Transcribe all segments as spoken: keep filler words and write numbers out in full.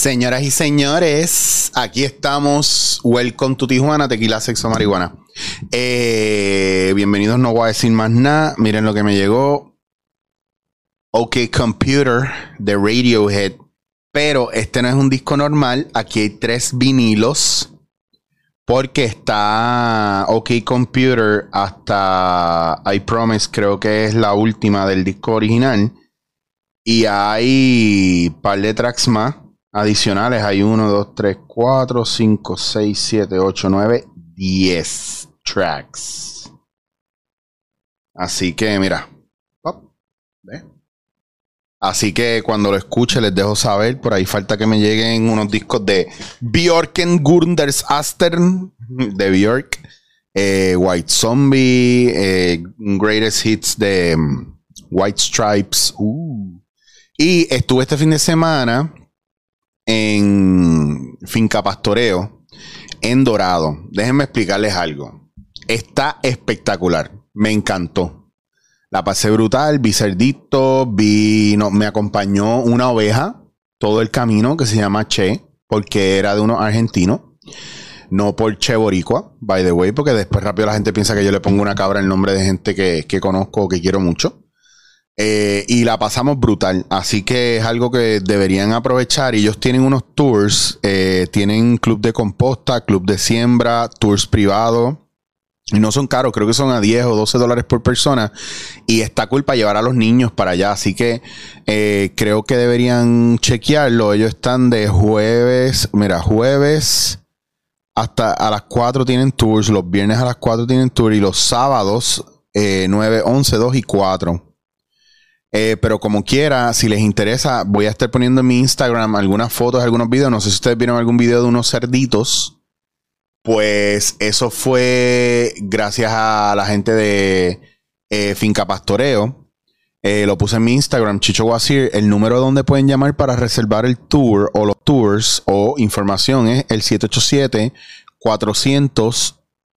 Señoras y señores, aquí estamos. Welcome to Tijuana, tequila, sexo, marihuana. Eh, bienvenidos, no voy a decir más nada. Miren lo que me llegó. OK Computer de Radiohead. Pero este no es un disco normal. Aquí hay tres vinilos. Porque está OK Computer hasta I Promise, creo que es la última del disco original. Y hay un par de tracks más adicionales. Hay uno, dos, tres, cuatro, cinco, seis, siete, ocho, nueve, diez tracks. Así que mira. Oh, ¿ve? Así que cuando lo escuche les dejo saber. Por ahí falta que me lleguen unos discos de Björken Gunders Astern de Björk, eh, White Zombie, eh, Greatest Hits de um, White Stripes. Uh. Y estuve este fin de semana en Finca Pastoreo, en Dorado. Déjenme explicarles algo. Está espectacular. Me encantó. La pasé brutal. Vi cerdito, vi, no, me acompañó una oveja todo el camino que se llama Che, porque era de unos argentinos. No por Che Boricua, by the way, porque después rápido la gente piensa que yo le pongo una cabra en nombre de gente que, que conozco o que quiero mucho. Eh, y la pasamos brutal, así que es algo que deberían aprovechar. Ellos tienen unos tours, eh, tienen club de composta, club de siembra, tours privados, y no son caros, creo que son a diez o doce dólares por persona, y está cool para llevar a los niños para allá, así que eh, creo que deberían chequearlo. Ellos están de jueves, mira, jueves hasta a las cuatro tienen tours, los viernes a las cuatro tienen tours, y los sábados eh, nueve, once, dos y cuatro. Eh, pero como quiera, si les interesa, voy a estar poniendo en mi Instagram algunas fotos, algunos videos. No sé si ustedes vieron algún video de unos cerditos. Pues eso fue gracias a la gente de eh, Finca Pastoreo. Eh, lo puse en mi Instagram, Chicho Guasir. El número donde pueden llamar para reservar el tour o los tours o información es el siete ocho siete, cuatrocientos,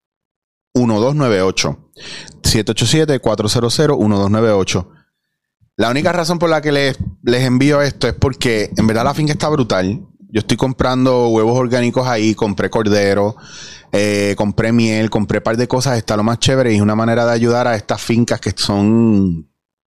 doce nueve ocho. siete ocho siete, cuatrocientos, doce nueve ocho. La única razón por la que les, les envío esto es porque en verdad la finca está brutal. Yo estoy comprando huevos orgánicos ahí, compré cordero, eh, compré miel, compré un par de cosas. Está lo más chévere y es una manera de ayudar a estas fincas que son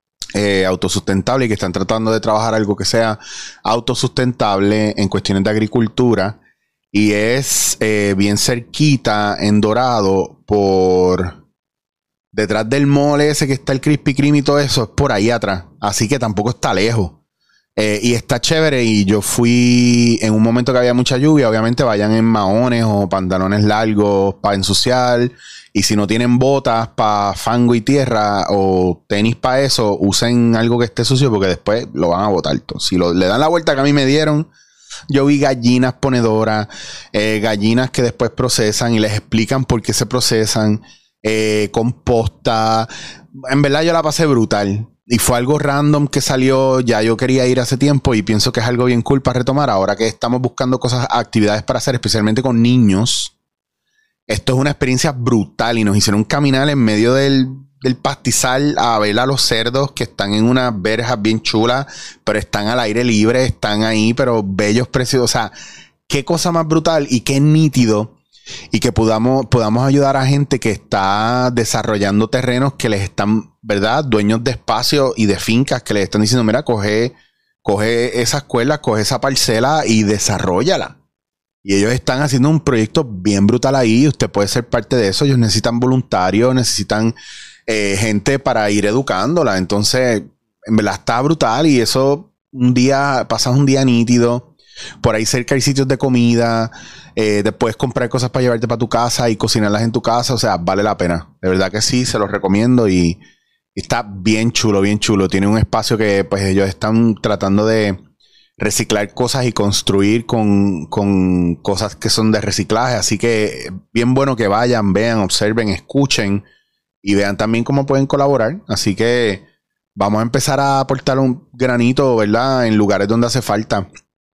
eh, autosustentables y que están tratando de trabajar algo que sea autosustentable en cuestiones de agricultura. Y es eh, bien cerquita en Dorado por... Detrás del mole ese que está el Krispy Kreme y todo eso, es por ahí atrás. Así que tampoco está lejos. Eh, y está chévere. Y yo fui en un momento que había mucha lluvia. Obviamente vayan en maones o pantalones largos para ensuciar. Y si no tienen botas para fango y tierra o tenis para eso, usen algo que esté sucio porque después lo van a botar todo. Si lo, le dan la vuelta que a mí me dieron, yo vi gallinas ponedoras, eh, gallinas que después procesan y les explican por qué se procesan. Eh, composta. En verdad yo la pasé brutal y fue algo random que salió. Ya yo quería ir hace tiempo y pienso que es algo bien cool para retomar ahora que estamos buscando cosas, actividades para hacer, especialmente con niños. Esto es una experiencia brutal y nos hicieron caminar en medio del, del pastizal a ver a los cerdos que están en unas verjas bien chulas, pero están al aire libre, están ahí, pero bellos, preciosos. O sea, qué cosa más brutal y qué nítido. Y que podamos, podamos ayudar a gente que está desarrollando terrenos que les están, ¿verdad? Dueños de espacios y de fincas que les están diciendo, mira, coge, coge esa escuela, coge esa parcela y desarróllala. Y ellos están haciendo un proyecto bien brutal ahí. Usted puede ser parte de eso. Ellos necesitan voluntarios, necesitan eh, gente para ir educándola. Entonces, en verdad está brutal y eso un día, pasas un día nítido. Por ahí cerca hay sitios de comida. Eh, te puedes comprar cosas para llevarte para tu casa y cocinarlas en tu casa. O sea, vale la pena. De verdad que sí, se los recomiendo. Y, y está bien chulo, bien chulo. Tiene un espacio que pues ellos están tratando de reciclar cosas y construir con, con cosas que son de reciclaje. Así que bien bueno que vayan, vean, observen, escuchen y vean también cómo pueden colaborar. Así que vamos a empezar a aportar un granito, ¿verdad? En lugares donde hace falta.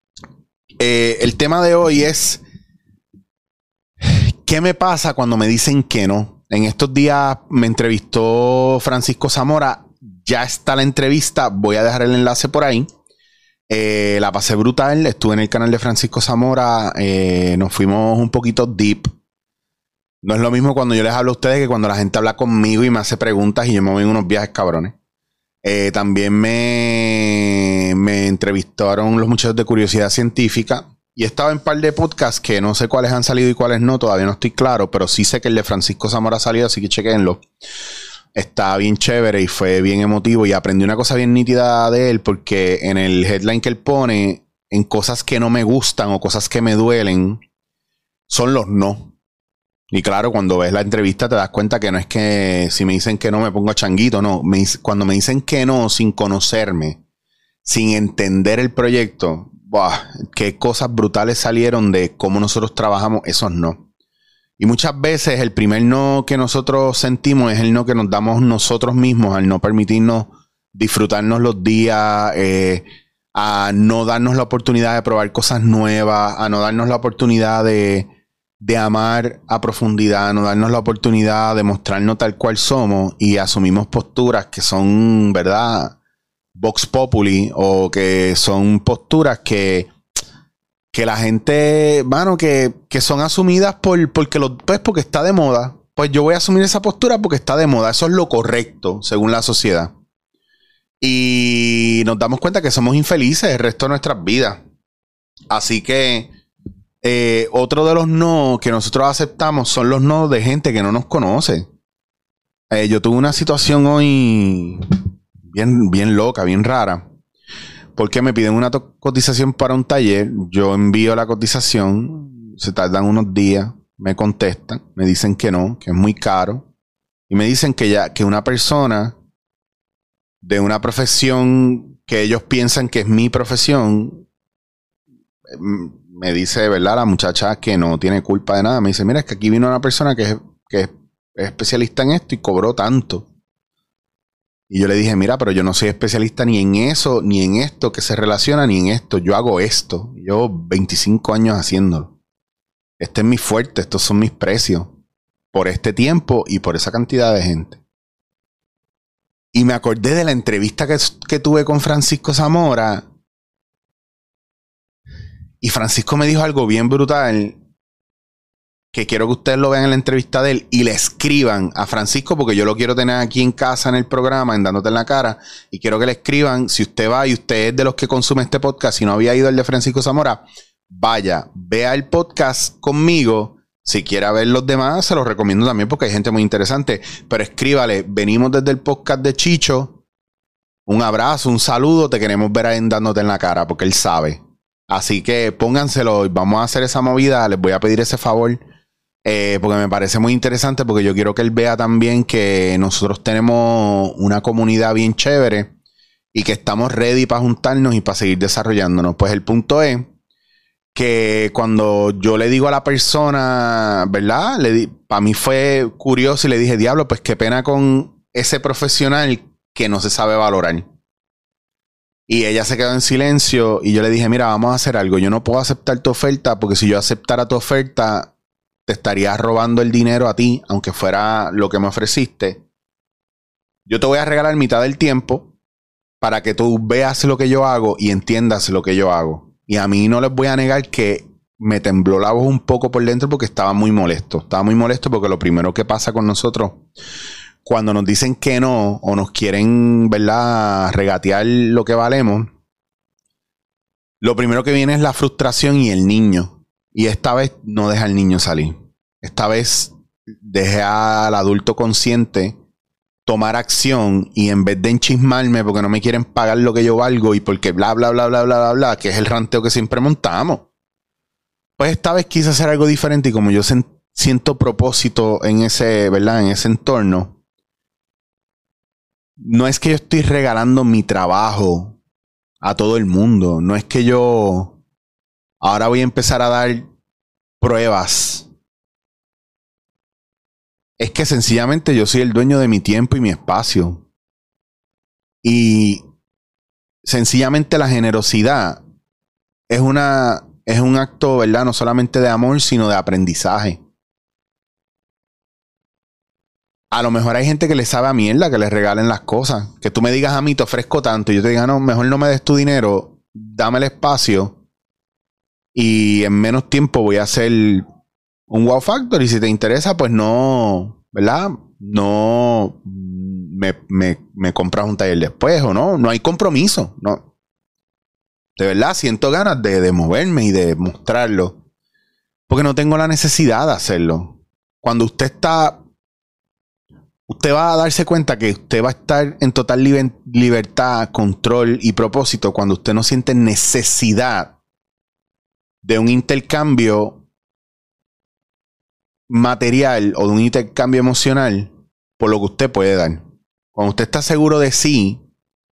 Eh, el tema de hoy es ¿qué me pasa cuando me dicen que no? En estos días me entrevistó Francisco Zamora. Ya está la entrevista. Voy a dejar el enlace por ahí. Eh, la pasé brutal. Estuve en el canal de Francisco Zamora. Eh, nos fuimos un poquito deep. No es lo mismo cuando yo les hablo a ustedes que cuando la gente habla conmigo y me hace preguntas y yo me voy en unos viajes cabrones. Eh, también me, me entrevistaron los muchachos de Curiosidad Científica. Y estaba en un par de podcasts que no sé cuáles han salido y cuáles no. Todavía no estoy claro. Pero sí sé que el de Francisco Zamora ha salido, así que chequenlo. Está bien chévere y fue bien emotivo. Y aprendí una cosa bien nítida de él, porque en el headline que él pone, en cosas que no me gustan o cosas que me duelen, son los no. Y claro, cuando ves la entrevista te das cuenta que no es que si me dicen que no me pongo changuito, no. Me, cuando me dicen que no sin conocerme, sin entender el proyecto, ¡buah! Qué cosas brutales salieron de cómo nosotros trabajamos, esos no. Y muchas veces el primer no que nosotros sentimos es el no que nos damos nosotros mismos al no permitirnos disfrutarnos los días, eh, a no darnos la oportunidad de probar cosas nuevas, a no darnos la oportunidad de, de amar a profundidad, a no darnos la oportunidad de mostrarnos tal cual somos y asumimos posturas que son, ¿verdad?, Vox Populi, o que son posturas que... que la gente, mano, que, que son asumidas por, porque, lo, pues porque está de moda. Pues yo voy a asumir esa postura porque está de moda. Eso es lo correcto, según la sociedad. Y nos damos cuenta que somos infelices el resto de nuestras vidas. Así que eh, otro de los no que nosotros aceptamos son los no de gente que no nos conoce. Eh, yo tuve una situación hoy bien, bien loca, bien rara. Porque me piden una cotización para un taller. Yo envío la cotización. Se tardan unos días. Me contestan. Me dicen que no, que es muy caro. Y me dicen que ya que una persona de una profesión que ellos piensan que es mi profesión, me dice, ¿verdad?, la muchacha, que no tiene culpa de nada. Me dice, mira, es que aquí vino una persona que es, que es especialista en esto y cobró tanto. Y yo le dije, mira, pero yo no soy especialista ni en eso, ni en esto que se relaciona, ni en esto. Yo hago esto. Yo veinticinco años haciéndolo. Este es mi fuerte, estos son mis precios. Por este tiempo y por esa cantidad de gente. Y me acordé de la entrevista que, que tuve con Francisco Zamora. Y Francisco me dijo algo bien brutal, que quiero que ustedes lo vean en la entrevista de él y le escriban a Francisco, porque yo lo quiero tener aquí en casa en el programa, en Dándote en la Cara, y quiero que le escriban, si usted va y usted es de los que consume este podcast, si no había ido el de Francisco Zamora, vaya, vea el podcast conmigo. Si quiere ver los demás, se los recomiendo también porque hay gente muy interesante, pero escríbale, venimos desde el podcast de Chicho, un abrazo, un saludo, te queremos ver ahí en Dándote en la Cara, porque él sabe. Así que pónganselo y vamos a hacer esa movida, les voy a pedir ese favor. Eh, porque me parece muy interesante, porque yo quiero que él vea también que nosotros tenemos una comunidad bien chévere y que estamos ready para juntarnos y para seguir desarrollándonos. Pues el punto es que cuando yo le digo a la persona, ¿verdad?, le di, para mí fue curioso y le dije, diablo, pues qué pena con ese profesional que no se sabe valorar. Y ella se quedó en silencio y yo le dije, mira, vamos a hacer algo. Yo no puedo aceptar tu oferta porque si yo aceptara tu oferta, te estarías robando el dinero a ti, aunque fuera lo que me ofreciste. Yo te voy a regalar mitad del tiempo para que tú veas lo que yo hago y entiendas lo que yo hago. Y a mí no les voy a negar que me tembló la voz un poco por dentro porque estaba muy molesto. Estaba muy molesto porque lo primero que pasa con nosotros cuando nos dicen que no o nos quieren, ¿verdad?, regatear lo que valemos, lo primero que viene es la frustración y el niño. Y esta vez no deja al niño salir. Esta vez dejé al adulto consciente tomar acción y en vez de enchismarme porque no me quieren pagar lo que yo valgo y porque bla, bla, bla, bla, bla, bla, bla, que es el ranteo que siempre montamos. Pues esta vez quise hacer algo diferente y como yo siento propósito en ese, ¿verdad?, en ese entorno, no es que yo estoy regalando mi trabajo a todo el mundo. No es que yo ahora voy a empezar a dar pruebas. Es que sencillamente yo soy el dueño de mi tiempo y mi espacio. Y sencillamente la generosidad es una, es un acto, ¿verdad?, no solamente de amor, sino de aprendizaje. A lo mejor hay gente que le sabe a mierda que les regalen las cosas. Que tú me digas a mí, te ofrezco tanto, y yo te diga, no, mejor no me des tu dinero. dame el espacio y en menos tiempo voy a hacer un wow factor. Y si te interesa, pues no, ¿verdad? No me, me, me compras un taller después o no. No hay compromiso, no. De verdad, siento ganas de, de moverme y de mostrarlo. Porque no tengo la necesidad de hacerlo. Cuando usted está... Usted va a darse cuenta que usted va a estar en total liber- libertad, control y propósito cuando usted no siente necesidad de un intercambio material o de un intercambio emocional por lo que usted puede dar. Cuando usted está seguro de sí,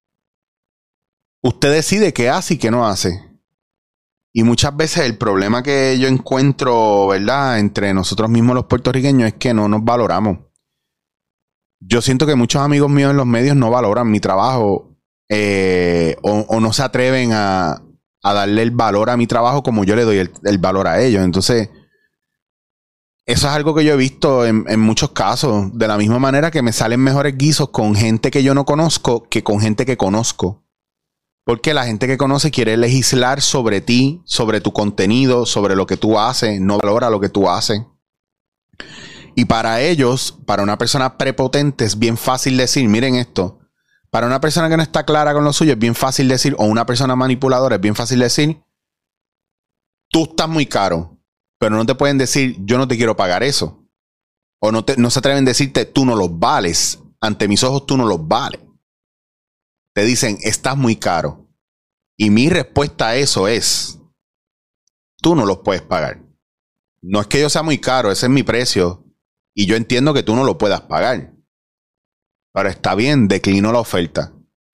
usted decide qué hace y qué no hace. Y muchas veces el problema que yo encuentro, ¿verdad?, entre nosotros mismos los puertorriqueños es que no nos valoramos. Yo siento que muchos amigos míos en los medios no valoran mi trabajo eh, o, o no se atreven a, a darle el valor a mi trabajo como yo le doy el, el valor a ellos. Entonces, eso es algo que yo he visto en, en muchos casos. De la misma manera que me salen mejores guisos con gente que yo no conozco que con gente que conozco. Porque la gente que conoce quiere legislar sobre ti, sobre tu contenido, sobre lo que tú haces, no valora lo que tú haces. Y para ellos, para una persona prepotente, es bien fácil decir, miren esto, para una persona que no está clara con lo suyo, es bien fácil decir, o una persona manipuladora, es bien fácil decir, tú estás muy caro, pero no te pueden decir, yo no te quiero pagar eso. O no, te, no se atreven a decirte, tú no los vales. Ante mis ojos, tú no los vales. Te dicen, estás muy caro. Y mi respuesta a eso es, tú no los puedes pagar. No es que yo sea muy caro, ese es mi precio. Y yo entiendo que tú no lo puedas pagar. Pero está bien, declino la oferta.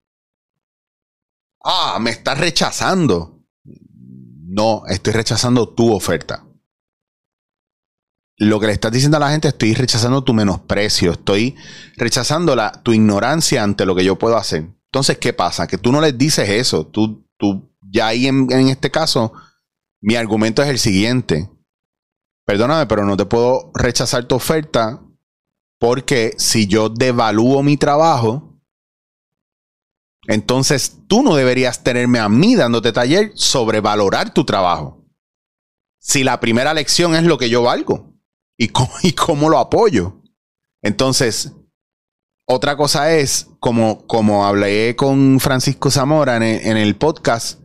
Ah, me estás rechazando. No, estoy rechazando tu oferta. Lo que le estás diciendo a la gente, estoy rechazando tu menosprecio. Estoy rechazando la, tu ignorancia ante lo que yo puedo hacer. Entonces, ¿qué pasa? Que tú no les dices eso. Tú, tú ya ahí en, en este caso, mi argumento es el siguiente. Perdóname, pero no te puedo rechazar tu oferta porque si yo devalúo mi trabajo, entonces tú no deberías tenerme a mí dándote taller sobre valorar tu trabajo. Si la primera lección es lo que yo valgo y cómo, y cómo lo apoyo. Entonces, otra cosa es, como, como hablé con Francisco Zamora en el, en el podcast,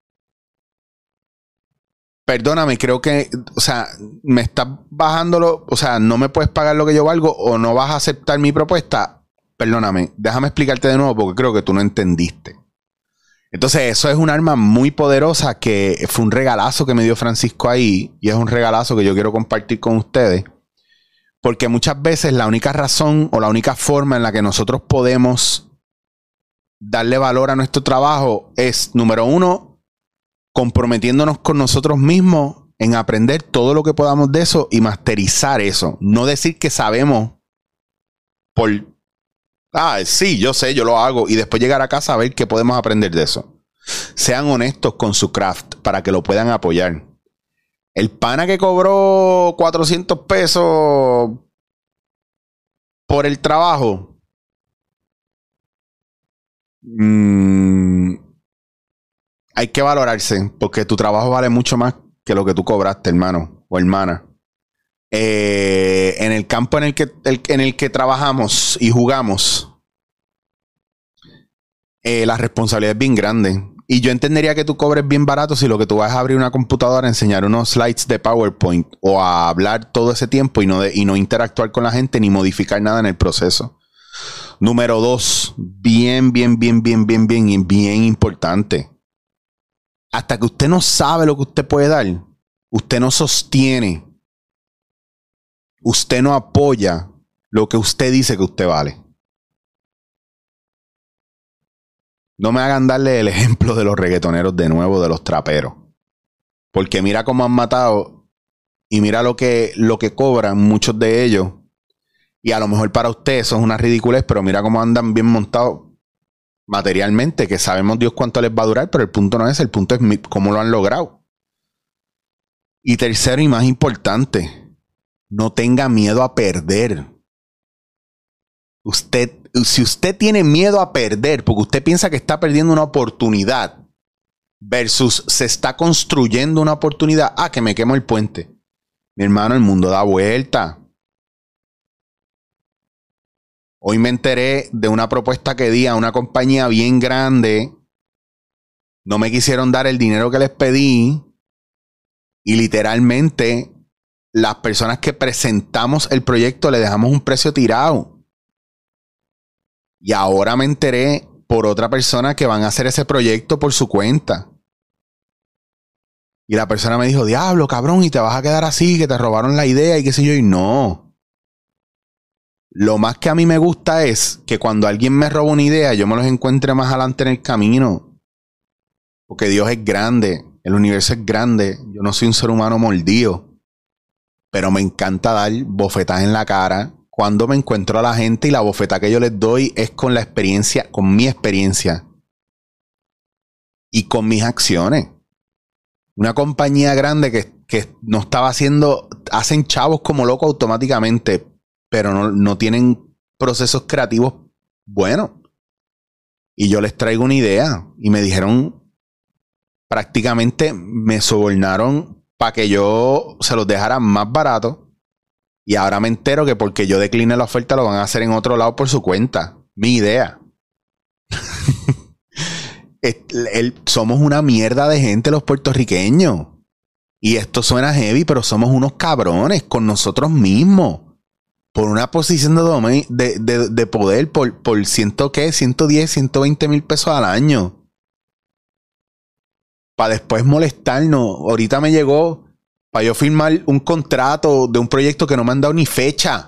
perdóname, creo que, o sea, me estás bajándolo, o sea, no me puedes pagar lo que yo valgo o no vas a aceptar mi propuesta. Perdóname, déjame explicarte de nuevo porque creo que tú no entendiste. Entonces, eso es un arma muy poderosa que fue un regalazo que me dio Francisco ahí y es un regalazo que yo quiero compartir con ustedes. Porque muchas veces la única razón o la única forma en la que nosotros podemos darle valor a nuestro trabajo es, número uno, comprometiéndonos con nosotros mismos en aprender todo lo que podamos de eso y masterizar eso. No decir que sabemos por, ah, sí, yo sé, yo lo hago, y después llegar a casa a ver qué podemos aprender de eso. Sean honestos con su craft para que lo puedan apoyar. El pana que cobró cuatrocientos pesos por el trabajo, mmm, hay que valorarse porque tu trabajo vale mucho más que lo que tú cobraste, hermano o hermana. Eh, en el campo en el, que, el, en el que trabajamos y jugamos, eh, la responsabilidad es bien grande. Y yo entendería que tú cobres bien barato si lo que tú vas a abrir una computadora, a enseñar unos slides de PowerPoint o a hablar todo ese tiempo y no, de, y no interactuar con la gente ni modificar nada en el proceso. Número dos, bien, bien, bien, bien, bien, bien, bien importante. Hasta que usted no sabe lo que usted puede dar, usted no sostiene, usted no apoya lo que usted dice que usted vale. No me hagan darle el ejemplo de los reggaetoneros de nuevo, de los traperos. Porque mira cómo han matado y mira lo que, lo que cobran muchos de ellos. Y a lo mejor para usted eso es una ridiculez, pero mira cómo andan bien montados materialmente, que sabemos Dios cuánto les va a durar, pero el punto no es, el punto es cómo lo han logrado. Y tercero y más importante, no tenga miedo a perder. Usted, si usted tiene miedo a perder, porque usted piensa que está perdiendo una oportunidad, versus se está construyendo una oportunidad. Ah, que me quemo el puente. Mi hermano, el mundo da vuelta. Hoy me enteré de una propuesta que di a una compañía bien grande. No me quisieron dar el dinero que les pedí. Y literalmente, las personas que presentamos el proyecto le dejamos un precio tirado. Y ahora me enteré por otra persona que van a hacer ese proyecto por su cuenta. Y la persona me dijo, diablo, cabrón, y te vas a quedar así, que te robaron la idea y qué sé yo. Y no. Lo más que a mí me gusta es que cuando alguien me roba una idea, yo me los encuentre más adelante en el camino. Porque Dios es grande, el universo es grande. Yo no soy un ser humano mordido. Pero me encanta dar bofetadas en la cara cuando me encuentro a la gente, y la bofetada que yo les doy es con la experiencia, con mi experiencia y con mis acciones. Una compañía grande que, que no estaba haciendo, hacen chavos como locos automáticamente, pero no, no tienen procesos creativos buenos. Y yo les traigo una idea y me dijeron, prácticamente me sobornaron para que yo se los dejara más barato. Y ahora me entero que porque yo decline la oferta lo van a hacer en otro lado por su cuenta. Mi idea. el, el, somos una mierda de gente los puertorriqueños. Y esto suena heavy, pero somos unos cabrones con nosotros mismos. Por una posición de, de, de, de poder por, por ciento, ¿qué? ciento diez, ciento veinte mil pesos al año. Para después molestarnos. Ahorita me llegó para yo firmar un contrato de un proyecto que no me han dado ni fecha.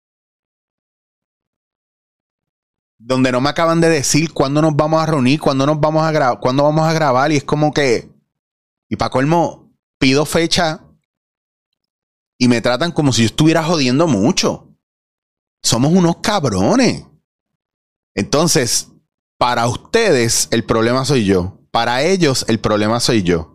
Donde no me acaban de decir cuándo nos vamos a reunir, cuándo nos vamos a grabar, cuándo vamos a grabar. Y es como que, y para colmo, pido fecha y me tratan como si yo estuviera jodiendo mucho. Somos unos cabrones. Entonces, para ustedes el problema soy yo. Para ellos el problema soy yo.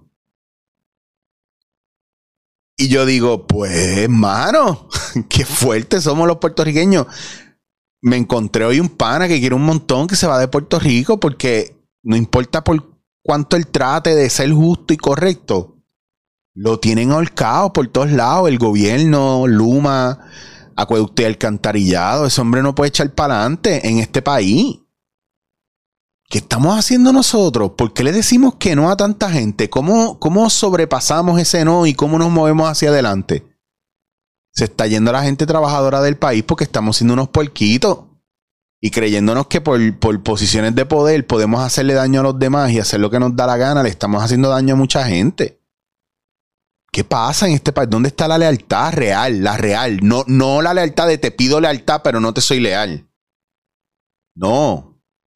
Y yo digo, pues, mano, qué fuertes somos los puertorriqueños. Me encontré hoy un pana que quiere un montón, que se va de Puerto Rico porque no importa por cuánto él trate de ser justo y correcto, lo tienen ahorcado por todos lados. El gobierno, Luma, acueducto y alcantarillado. Ese hombre no puede echar para adelante en este país. ¿Qué estamos haciendo nosotros? ¿Por qué le decimos que no a tanta gente? ¿Cómo, cómo sobrepasamos ese no y cómo nos movemos hacia adelante? Se está yendo la gente trabajadora del país porque estamos siendo unos puerquitos y creyéndonos que por, por posiciones de poder podemos hacerle daño a los demás y hacer lo que nos da la gana. Le estamos haciendo daño a mucha gente. ¿Qué pasa en este país? ¿Dónde está la lealtad real? La real. No, no la lealtad de te pido lealtad pero no te soy leal. No.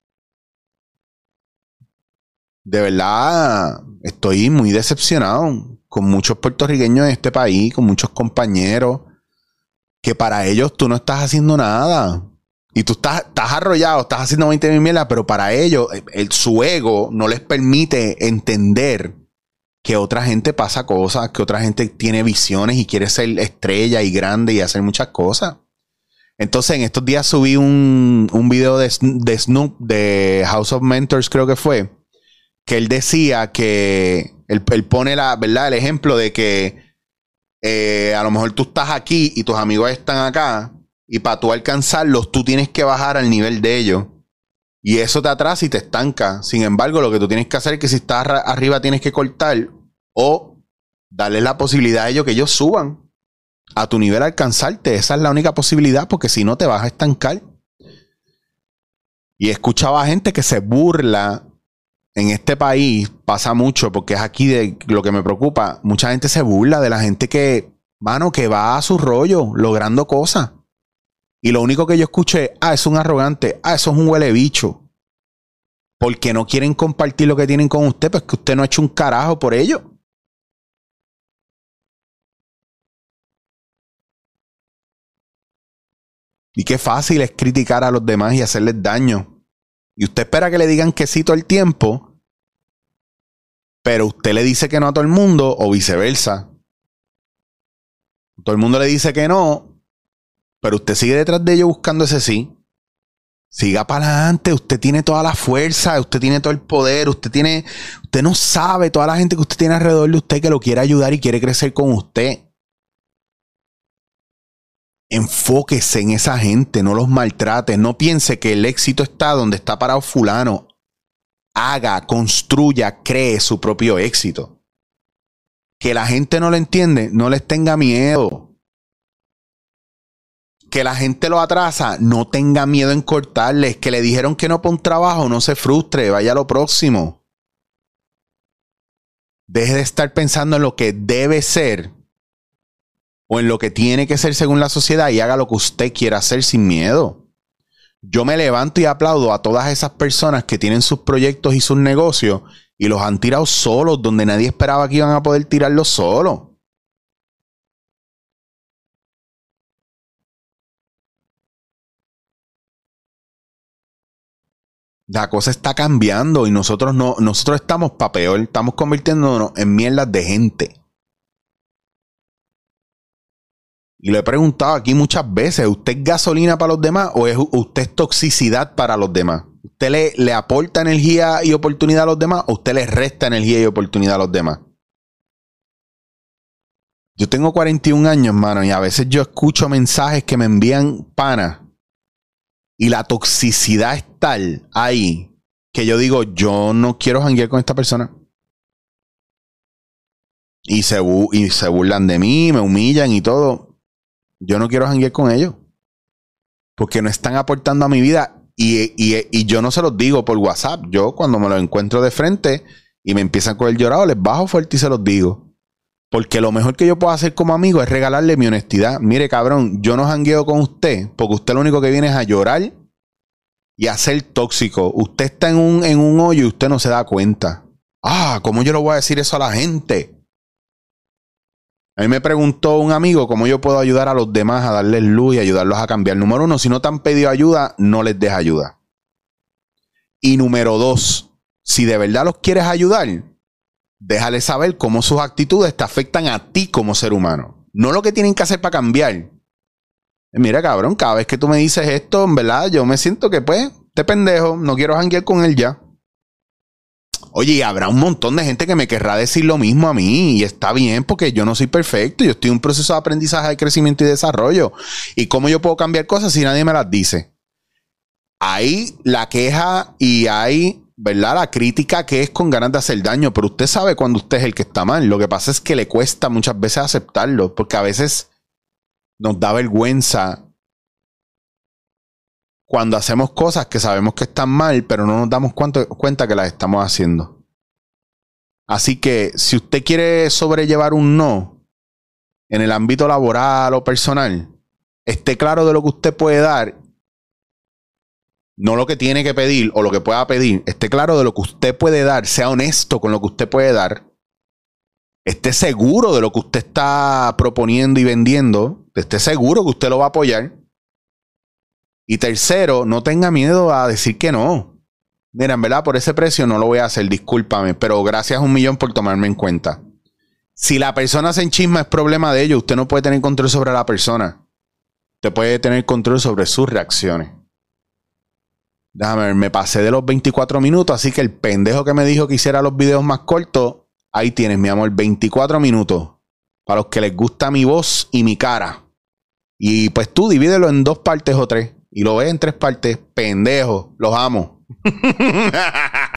De verdad, estoy muy decepcionado con muchos puertorriqueños en este país, con muchos compañeros, que para ellos tú no estás haciendo nada. Y tú estás, estás arrollado, estás haciendo veinte mil mierda, pero para ellos, el, su ego no les permite entender que otra gente pasa cosas, que otra gente tiene visiones y quiere ser estrella y grande y hacer muchas cosas. Entonces, en estos días subí un, un video de, de Snoop, de House of Mentors, creo que fue, que él decía que él, él pone la, ¿verdad? El ejemplo de que eh, a lo mejor tú estás aquí y tus amigos están acá y para tú alcanzarlos tú tienes que bajar al nivel de ellos y eso te atrasa y te estanca. Sin embargo, lo que tú tienes que hacer es que si estás arriba tienes que cortar o darles la posibilidad a ellos que ellos suban a tu nivel a alcanzarte. Esa es la única posibilidad, porque si no te vas a estancar. Y escuchaba gente que se burla. En este país pasa mucho, porque es aquí de lo que me preocupa. Mucha gente se burla de la gente que, mano, que va a su rollo logrando cosas. Y lo único que yo escuché es, ah, es un arrogante, ah, eso es un huele bicho. Porque no quieren compartir lo que tienen con usted, pues que usted no ha hecho un carajo por ello. Y qué fácil es criticar a los demás y hacerles daño. Y usted espera que le digan que sí todo el tiempo, pero usted le dice que no a todo el mundo o viceversa. Todo el mundo le dice que no, pero usted sigue detrás de ellos buscando ese sí. Siga para adelante, usted tiene toda la fuerza, usted tiene todo el poder, usted tiene, usted no sabe toda la gente que usted tiene alrededor de usted que lo quiere ayudar y quiere crecer con usted. Enfóquese en esa gente, no los maltrate, no piense que el éxito está donde está parado fulano. Haga, construya, cree su propio éxito. Que la gente no lo entiende, no les tenga miedo. Que la gente lo atrasa, no tenga miedo en cortarles. Que le dijeron que no para un trabajo, no se frustre, vaya a lo próximo. Deje de estar pensando en lo que debe ser o en lo que tiene que ser según la sociedad y haga lo que usted quiera hacer sin miedo. Yo me levanto y aplaudo a todas esas personas que tienen sus proyectos y sus negocios y los han tirado solos donde nadie esperaba que iban a poder tirarlos solos. La cosa está cambiando y nosotros no, nosotros estamos pa' peor, estamos convirtiéndonos en mierdas de gente. Y lo he preguntado aquí muchas veces, ¿usted es gasolina para los demás o es usted es toxicidad para los demás? ¿Usted le, le aporta energía y oportunidad a los demás o usted le resta energía y oportunidad a los demás? Yo tengo cuarenta y un años, hermano, y a veces yo escucho mensajes que me envían panas. Y la toxicidad es tal ahí que yo digo, yo no quiero janguear con esta persona. Y se, bu y se burlan de mí, me humillan y todo. Yo no quiero janguear con ellos. Porque no están aportando a mi vida. Y, y, y yo no se los digo por WhatsApp. Yo cuando me los encuentro de frente y me empiezan con el llorado, les bajo fuerte y se los digo. Porque lo mejor que yo puedo hacer como amigo es regalarle mi honestidad. Mire, cabrón, yo no jangueo con usted porque usted lo único que viene es a llorar y a ser tóxico. Usted está en un, en un hoyo y usted no se da cuenta. Ah, ¿cómo yo le voy a decir eso a la gente? A mí me preguntó un amigo cómo yo puedo ayudar a los demás a darles luz y ayudarlos a cambiar. Número uno, si no te han pedido ayuda, no les des ayuda. Y número dos, si de verdad los quieres ayudar, déjale saber cómo sus actitudes te afectan a ti como ser humano. No lo que tienen que hacer para cambiar. Mira, cabrón, cada vez que tú me dices esto, en verdad, yo me siento que, pues, este pendejo, no quiero janguear con él ya. Oye, y habrá un montón de gente que me querrá decir lo mismo a mí. Y está bien, porque yo no soy perfecto. Yo estoy en un proceso de aprendizaje, de crecimiento y desarrollo. ¿Y cómo yo puedo cambiar cosas si nadie me las dice? Hay la queja y hay... ¿verdad? La crítica que es con ganas de hacer daño, pero usted sabe cuando usted es el que está mal. Lo que pasa es que le cuesta muchas veces aceptarlo, porque a veces nos da vergüenza cuando hacemos cosas que sabemos que están mal, pero no nos damos cuenta que las estamos haciendo. Así que si usted quiere sobrellevar un no en el ámbito laboral o personal, esté claro de lo que usted puede dar. No lo que tiene que pedir o lo que pueda pedir. Esté claro de lo que usted puede dar. Sea honesto con lo que usted puede dar. Esté seguro de lo que usted está proponiendo y vendiendo. Esté seguro que usted lo va a apoyar. Y tercero, no tenga miedo a decir que no. Mira, en verdad, por ese precio no lo voy a hacer. Discúlpame, pero gracias un millón por tomarme en cuenta. Si la persona se enchisma, es problema de ellos. Usted no puede tener control sobre la persona. Usted puede tener control sobre sus reacciones. Déjame ver, me pasé de los veinticuatro minutos, así que el pendejo que me dijo que hiciera los videos más cortos, ahí tienes, mi amor, veinticuatro minutos. Para los que les gusta mi voz y mi cara. Y pues tú divídelo en dos partes o tres. Y lo ves en tres partes. Pendejo, los amo.